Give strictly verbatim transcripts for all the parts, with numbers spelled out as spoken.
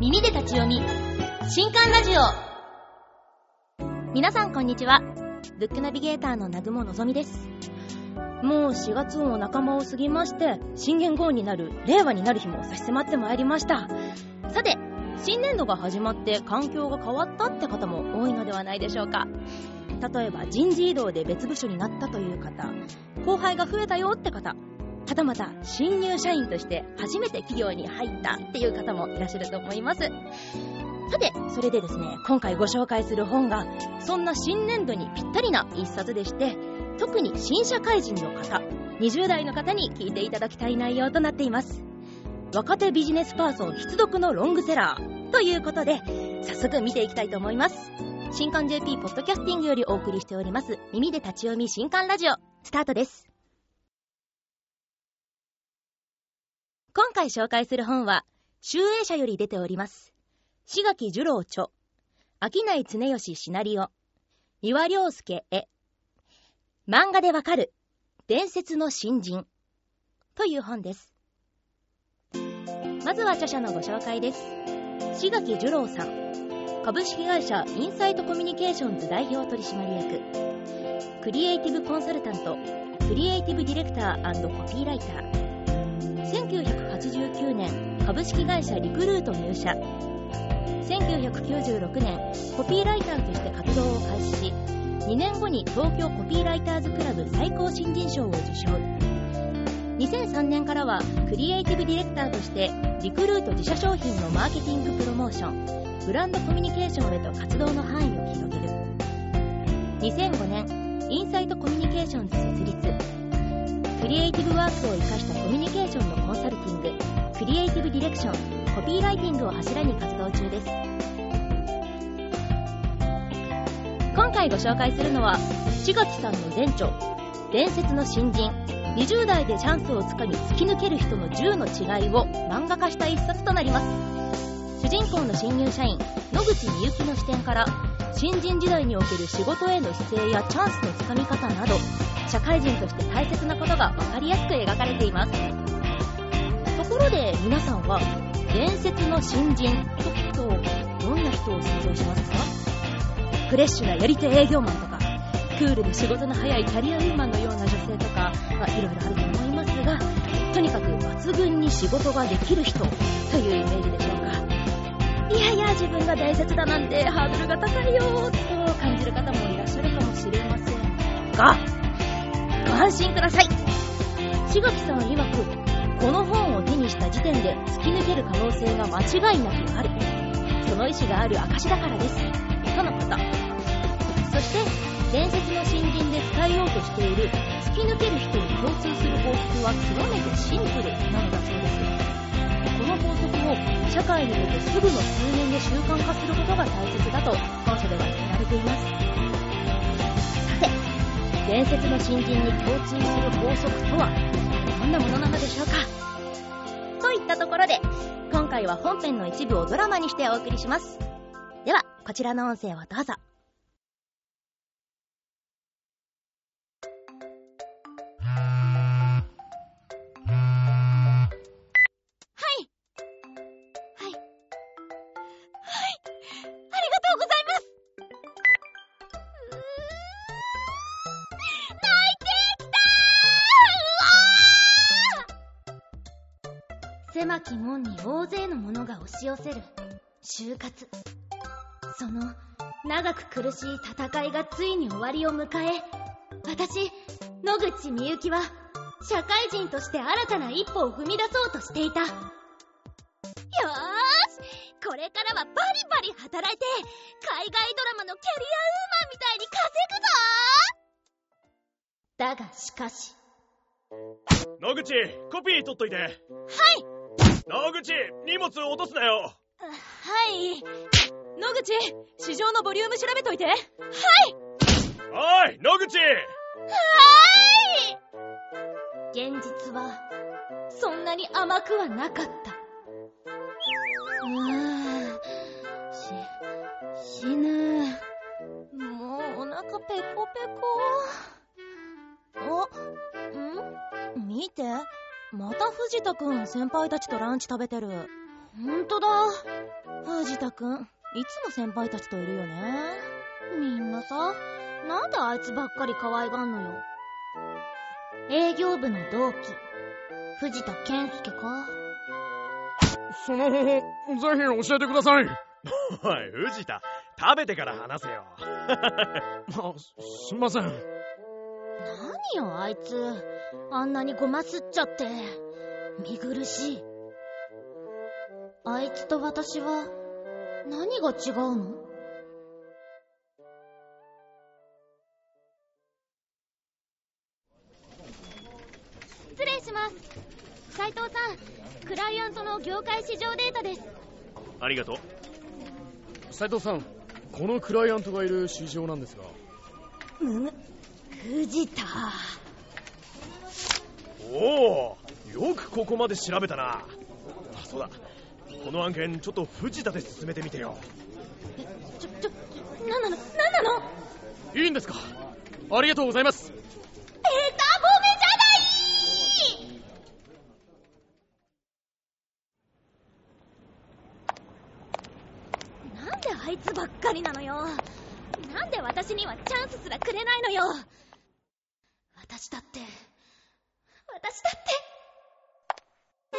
耳で立ち読み新刊ラジオ。皆さんこんにちは。ブックナビゲーターの南雲のぞみです。もうしがつも半ばを過ぎまして、新元号になる令和になる日も差し迫ってまいりました。さて、新年度が始まって環境が変わったって方も多いのではないでしょうか。例えば人事異動で別部署になったという方、後輩が増えたよって方、はたまた新入社員として初めて企業に入ったっていう方もいらっしゃると思います。さて、それでですね、今回ご紹介する本がそんな新年度にぴったりな一冊でして、特に新社会人の方、にじゅう代の方に聞いていただきたい内容となっています。若手ビジネスパーソン必読のロングセラーということで、早速見ていきたいと思います。新刊 ジェーピー ポッドキャスティングよりお送りしております耳で立ち読み新刊ラジオ、スタートです。今回紹介する本は集英社より出ております志垣寿郎著、商内恒義シナリオ、三輪良介絵、漫画でわかる伝説の新人という本です。まずは著者のご紹介です。志垣寿郎さん、株式会社インサイトコミュニケーションズ代表取締役、クリエイティブコンサルタント、クリエイティブディレクター&コピーライター、せんきゅうひゃくはちじゅうきゅうねん株式会社リクルート入社、せんきゅうひゃくきゅうじゅうろくねんコピーライターとして活動を開始し、にねんごに東京コピーライターズクラブ最高新人賞を受賞。にせんさんねんからはクリエイティブディレクターとしてリクルート自社商品のマーケティングプロモーション、ブランドコミュニケーションへと活動の範囲を広げる。にせんごねんインサイトコミュニケーションズ設立、クリエイティブワークを生かしたコミュニケーションのコンサルティング、クリエイティブディレクション、コピーライティングを柱に活動中です。今回ご紹介するのは志垣さんの前著、伝説の新人、にじゅう代でチャンスをつかみ突き抜ける人のじゅうの違いを漫画化した一冊となります。主人公の新入社員野口みゆきの視点から、新人時代における仕事への姿勢やチャンスのつかみ方など、社会人として大切なことが分かりやすく描かれています。ところで皆さんは伝説の新人と聞くとどんな人を想像しますか？フレッシュなやり手営業マンとか、クールで仕事の早いキャリアウーマンのような女性とか、まあ、いろいろあると思いますが、とにかく抜群に仕事ができる人というイメージでしょうか。いやいや、自分が伝説だなんてハードルが高いよと感じる方もいらっしゃるかもしれませんが、ご安心ください。志垣さん曰く、この本を手にした時点で突き抜ける可能性が間違いなくある、その意志がある証だからですとのこと。そして伝説の新人で伝えようとしている突き抜ける人に共通する法則は極めてシンプルなのだそうです。この法則を社会に出てすぐの数年で習慣化することが大切だと本書では言われています。さて、伝説の新人に共通する法則とはどんなものなのでしょうか。といったところで、今回は本編の一部をドラマにしてお送りします。ではこちらの音声をどうぞ。 狭き門に大勢の者が押し寄せる就活。その長く苦しい戦いがついに終わりを迎え、私野口みゆきは社会人として新たな一歩を踏み出そうとしていた。よーし、これからはバリバリ働いて海外ドラマのキャリアウーマンみたいに稼ぐぞ。だがしかし、 野口、コピー取っといて。はい。野口、荷物落とすなよ。 はい。 野口、市場のボリューム調べといて。はい。 おい、野口。はーい。現実はそんなに甘くはなかった。うーん、し、死ぬ。 もうお腹ペコペコ。あ、ん？見て、また藤田くん先輩たちとランチ食べてる。 ほんとだ。 藤田くん、いつも先輩たちといるよね。 みんなさ、なんであいつばっかり可愛がんのよ。営業部の同期、藤田健介か。 その方法、ぜひ教えてください。 おい、藤田、食べてから話せよ。 あ、すみません。 何よあいつ、あんなにごますっちゃって見苦しい。あいつと私は何が違うの？失礼します。斉藤さん、クライアントの業界市場データです。 ありがとう。 斉藤さん、このクライアントがいる市場なんですが。 むむ、藤田。 おお、よくここまで調べたな。あ、そうだ、この案件ちょっと藤田で進めてみてよ。 え、ちょ、ちょ、なんなの、なんなの？ いいんですか？ありがとうございます。 ベタ褒めじゃない！なんであいつばっかりなのよ。なんで私にはチャンスすらくれないのよ。私だって私だってあ、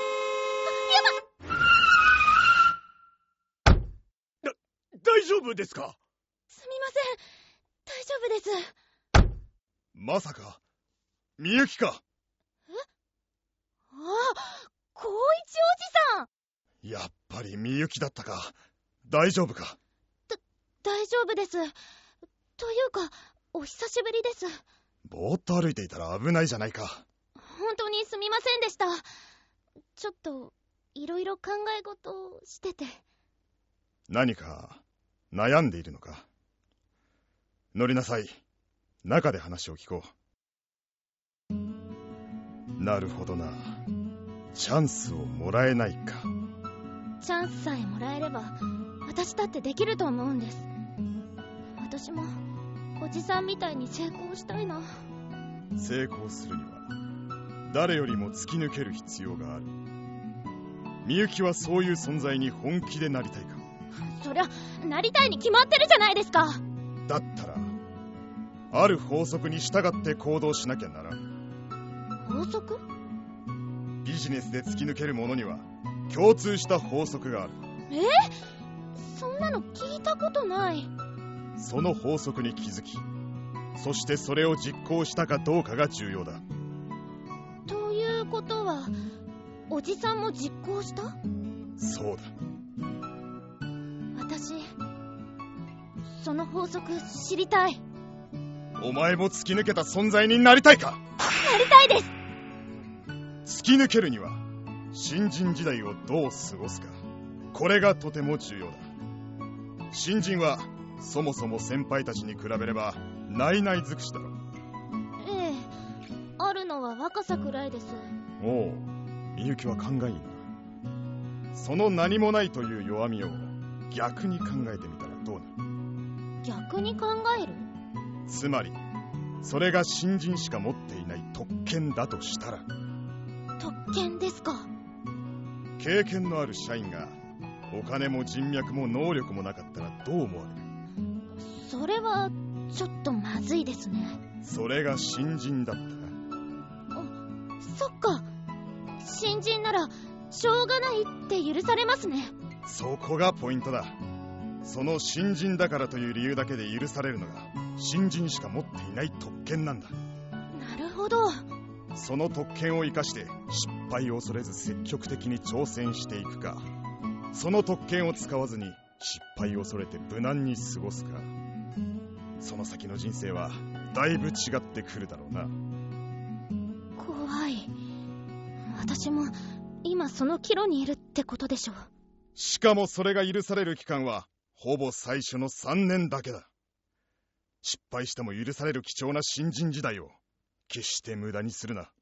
やばっ。 だ、大丈夫ですか？ すみません、大丈夫です。 まさかみゆきか？ え？ああ、光一おじさん。 やっぱりみゆきだったか。大丈夫か？ だ、大丈夫です。というか、お久しぶりです。 ぼーっと歩いていたら危ないじゃないか。 本当にすみませんでした。ちょっといろいろ考え事をしてて。 何か悩んでいるのか？乗りなさい。中で話を聞こう。なるほどな。チャンスをもらえないか。 チャンスさえもらえれば私だってできると思うんです。私もおじさんみたいに成功したいな。 成功するには誰よりも突き抜ける必要がある。みゆきはそういう存在に本気でなりたいか？ そりゃなりたいに決まってるじゃないですか。 だったらある法則に従って行動しなきゃならん。 法則？ ビジネスで突き抜ける者には共通した法則がある。 え？そんなの聞いたことない。 その法則に気づき、そしてそれを実行したかどうかが重要だ。 ということはおじさんも実行した？ そうだ。 私その法則知りたい。 お前も突き抜けた存在になりたいか？ なりたいです。 突き抜けるには新人時代をどう過ごすか、これがとても重要だ。新人はそもそも先輩たちに比べればないない尽くしだろ。 ええ、あるのは若さくらいです。 おう、みゆきは勘がいいな。その何もないという弱みを逆に考えてみたらどうな。 逆に考える？ つまりそれが新人しか持っていない特権だとしたら。 特権ですか？ 経験のある社員がお金も人脈も能力もなかったらどう思われる？ それはちょっとまずいですね。 それが新人だったら。 あ、そっか。新人ならしょうがないって許されますね。 そこがポイントだ。その新人だからという理由だけで許されるのが新人しか持っていない特権なんだ。 なるほど。 その特権を生かして失敗を恐れず積極的に挑戦していくか、その特権を使わずに失敗を恐れて無難に過ごすか、その先の人生はだいぶ違ってくるだろうな。 怖い。私も今その岐路にいるってことでしょう。 しかもそれが許される期間はほぼ最初のさんねんだけだ。失敗しても許される貴重な新人時代を決して無駄にするな。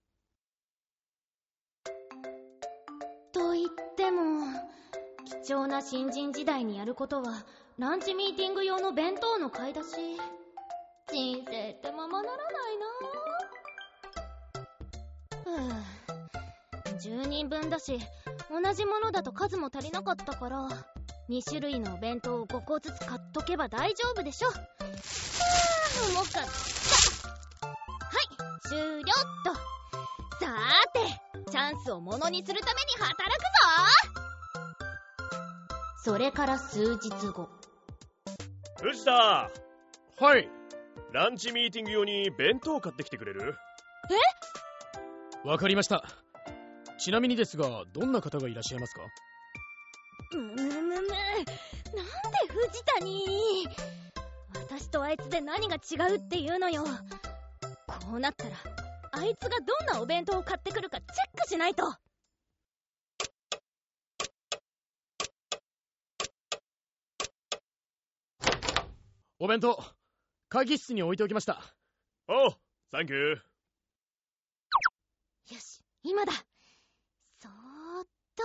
と言っても貴重な新人時代にやることはランチミーティング用の弁当の買い出し。人生ってままならないな。ふぅ、じゅうにんぶんだし同じものだと数も足りなかったから、に種類のお弁当をごこずつ買っとけば大丈夫でしょ。はぁ、重かった。はい、終了っと。さーて、チャンスをものにするために働くぞ。それから数日後。 藤田。 はい。 ランチミーティング用に弁当買ってきてくれる？ え？わかりました。ちなみにですが、どんな方がいらっしゃいますか？ むむむむ、なんで藤田に。私とあいつで何が違うっていうのよ。こうなったらあいつがどんなお弁当を買ってくるかチェックしないと。 お弁当会議室に置いておきました。 おう、サンキュー。 よし、今だ。そーっと。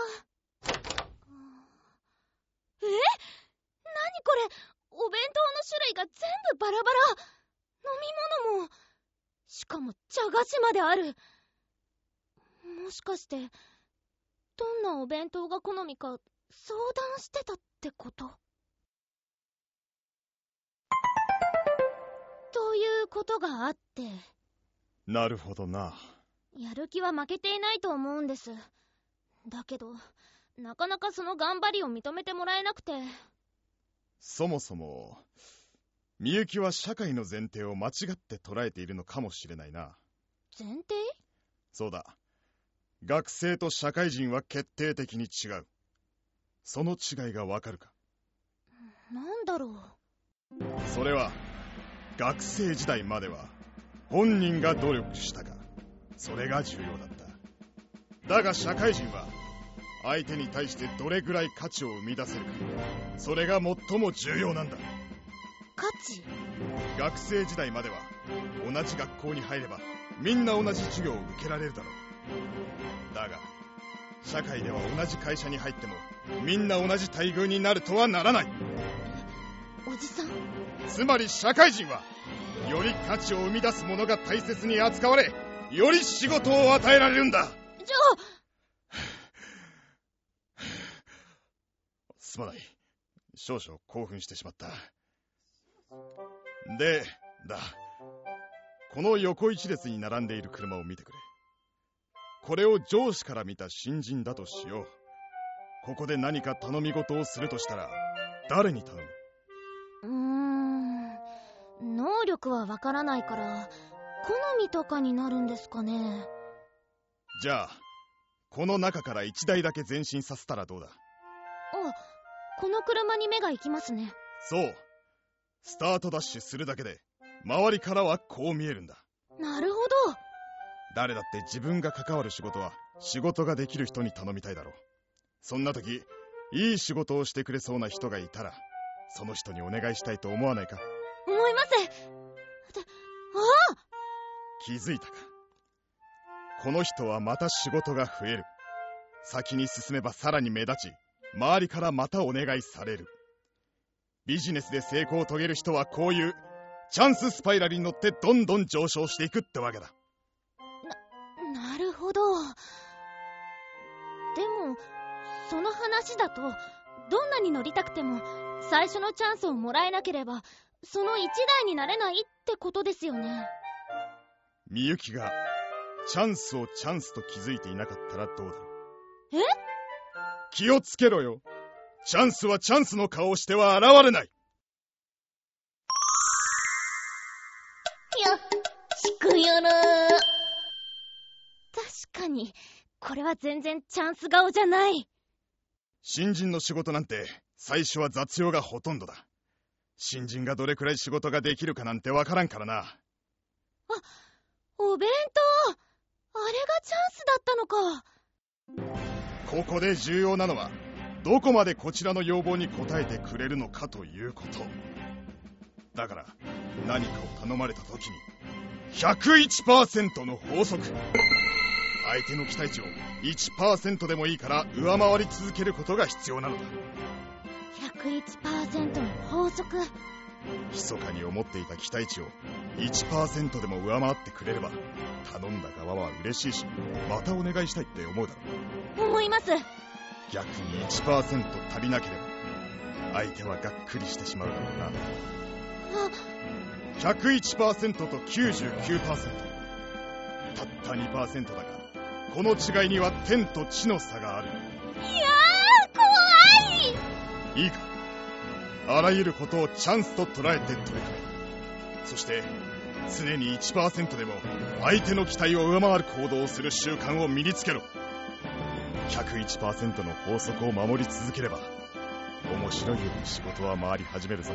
え？何これ？お弁当の種類が全部バラバラ。飲み物も。しかも茶菓子まである。もしかしてどんなお弁当が好みか相談してたってこと？ということがあって。 なるほどな。 やる気は負けていないと思うんです。だけどなかなかその頑張りを認めてもらえなくて。 そもそもみゆきは社会の前提を間違って捉えているのかもしれないな。 前提？ そうだ。学生と社会人は決定的に違う。その違いがわかるか？ なんだろう。 それは学生時代までは本人が努力したか、それが重要だった。だが社会人は相手に対してどれぐらい価値を生み出せるか、それが最も重要なんだ。 価値？ 学生時代までは同じ学校に入ればみんな同じ授業を受けられるだろう。だが社会では同じ会社に入ってもみんな同じ待遇になるとはならない。 おじさん？ つまり社会人はより価値を生み出すものが大切に扱われ、より仕事を与えられるんだ。 じゃあすまない。少々興奮してしまった。で、だ。この横一列に並んでいる車を見てくれ。これを上司から見た新人だとしよう。ここで何か頼み事をするとしたら、誰に頼む？ うーん、能力はわからないから好みとかになるんですかね。 じゃあこの中から一台だけ前進させたらどうだ？ あ、この車に目が行きますね。 そう、スタートダッシュするだけで周りからはこう見えるんだ。 なるほど。 誰だって自分が関わる仕事は仕事ができる人に頼みたいだろう。そんな時いい仕事をしてくれそうな人がいたらその人にお願いしたいと思わないか？ 思います。で、ああ！ 気づいたか？この人はまた仕事が増える。先に進めばさらに目立ち、周りからまたお願いされる。ビジネスで成功を遂げる人はこういうチャンススパイラルに乗ってどんどん上昇していくってわけだ。 な、なるほど。でもその話だとどんなに乗りたくても最初のチャンスをもらえなければその一台になれないってことですよね。 みゆきがチャンスをチャンスと気づいていなかったらどうだろう？ え？ 気をつけろよ。チャンスはチャンスの顔をしては現れない。 よっしくよろ。確かにこれは全然チャンス顔じゃない。 新人の仕事なんて最初は雑用がほとんどだ。新人がどれくらい仕事ができるかなんてわからんからな。あ、 お弁当、あれがチャンスだったのか。 ここで重要なのはどこまでこちらの要望に応えてくれるのかということ。だから何かを頼まれた時に ひゃくいちパーセント の法則。相手の期待値を いちパーセント でもいいから上回り続けることが必要なのだ。 ひゃくいちパーセント の法則。 密かに思っていた期待値を いちパーセント でも上回ってくれれば頼んだ側は嬉しいし、またお願いしたいって思うだろう。 思います。 逆に いちパーセント 足りなければ相手はがっくりしてしまうだろうな。 あ、 ひゃくいちパーセント と きゅうじゅうきゅうパーセント、 たった にパーセント だがこの違いには天と地の差がある。 いやー、怖い。 いいか、あらゆることをチャンスと捉えて取り組め。そして常に いちパーセント でも相手の期待を上回る行動をする習慣を身につけろ。 ひゃくいちパーセント の法則を守り続ければ面白いように仕事は回り始めるぞ。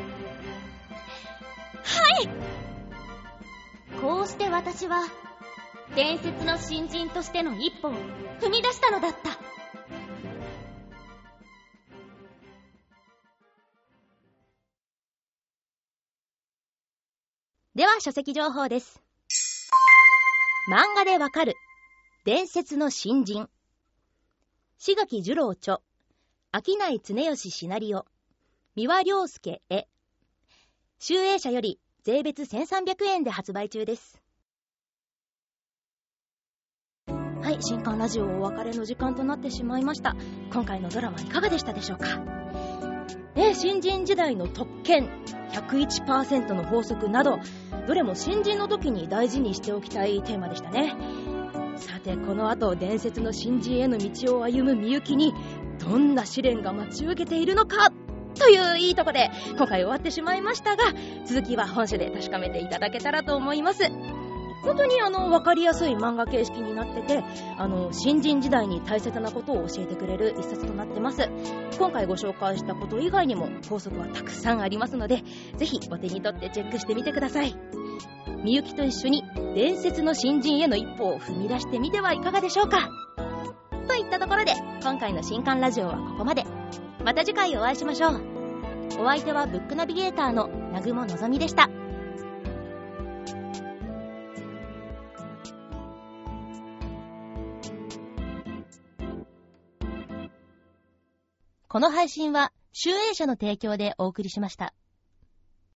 はい。こうして私は伝説の新人としての一歩を踏み出したのだった。 では書籍情報です。漫画でわかる伝説の新人、志垣十郎著、商内恒義シナリオ、三輪良介絵、集英社より税別せんさんびゃくえんで発売中です。はい、新刊ラジオお別れの時間となってしまいました。今回のドラマいかがでしたでしょうか。ね、新人時代の特権、ひゃくいちパーセント の法則など、どれも新人の時に大事にしておきたいテーマでしたね。さて、この後伝説の新人への道を歩むみゆきにどんな試練が待ち受けているのかといういいとこで今回終わってしまいましたが、続きは本書で確かめていただけたらと思います。本当にあの分かりやすい漫画形式になってて、あの新人時代に大切なことを教えてくれる一冊となってます。今回ご紹介したこと以外にも法則はたくさんありますので、ぜひお手に取ってチェックしてみてください。みゆきと一緒に伝説の新人への一歩を踏み出してみてはいかがでしょうか。といったところで今回の新刊ラジオはここまで。また次回お会いしましょう。お相手はブックナビゲーターの南雲のぞみでした。この配信は集英社の提供でお送りしました。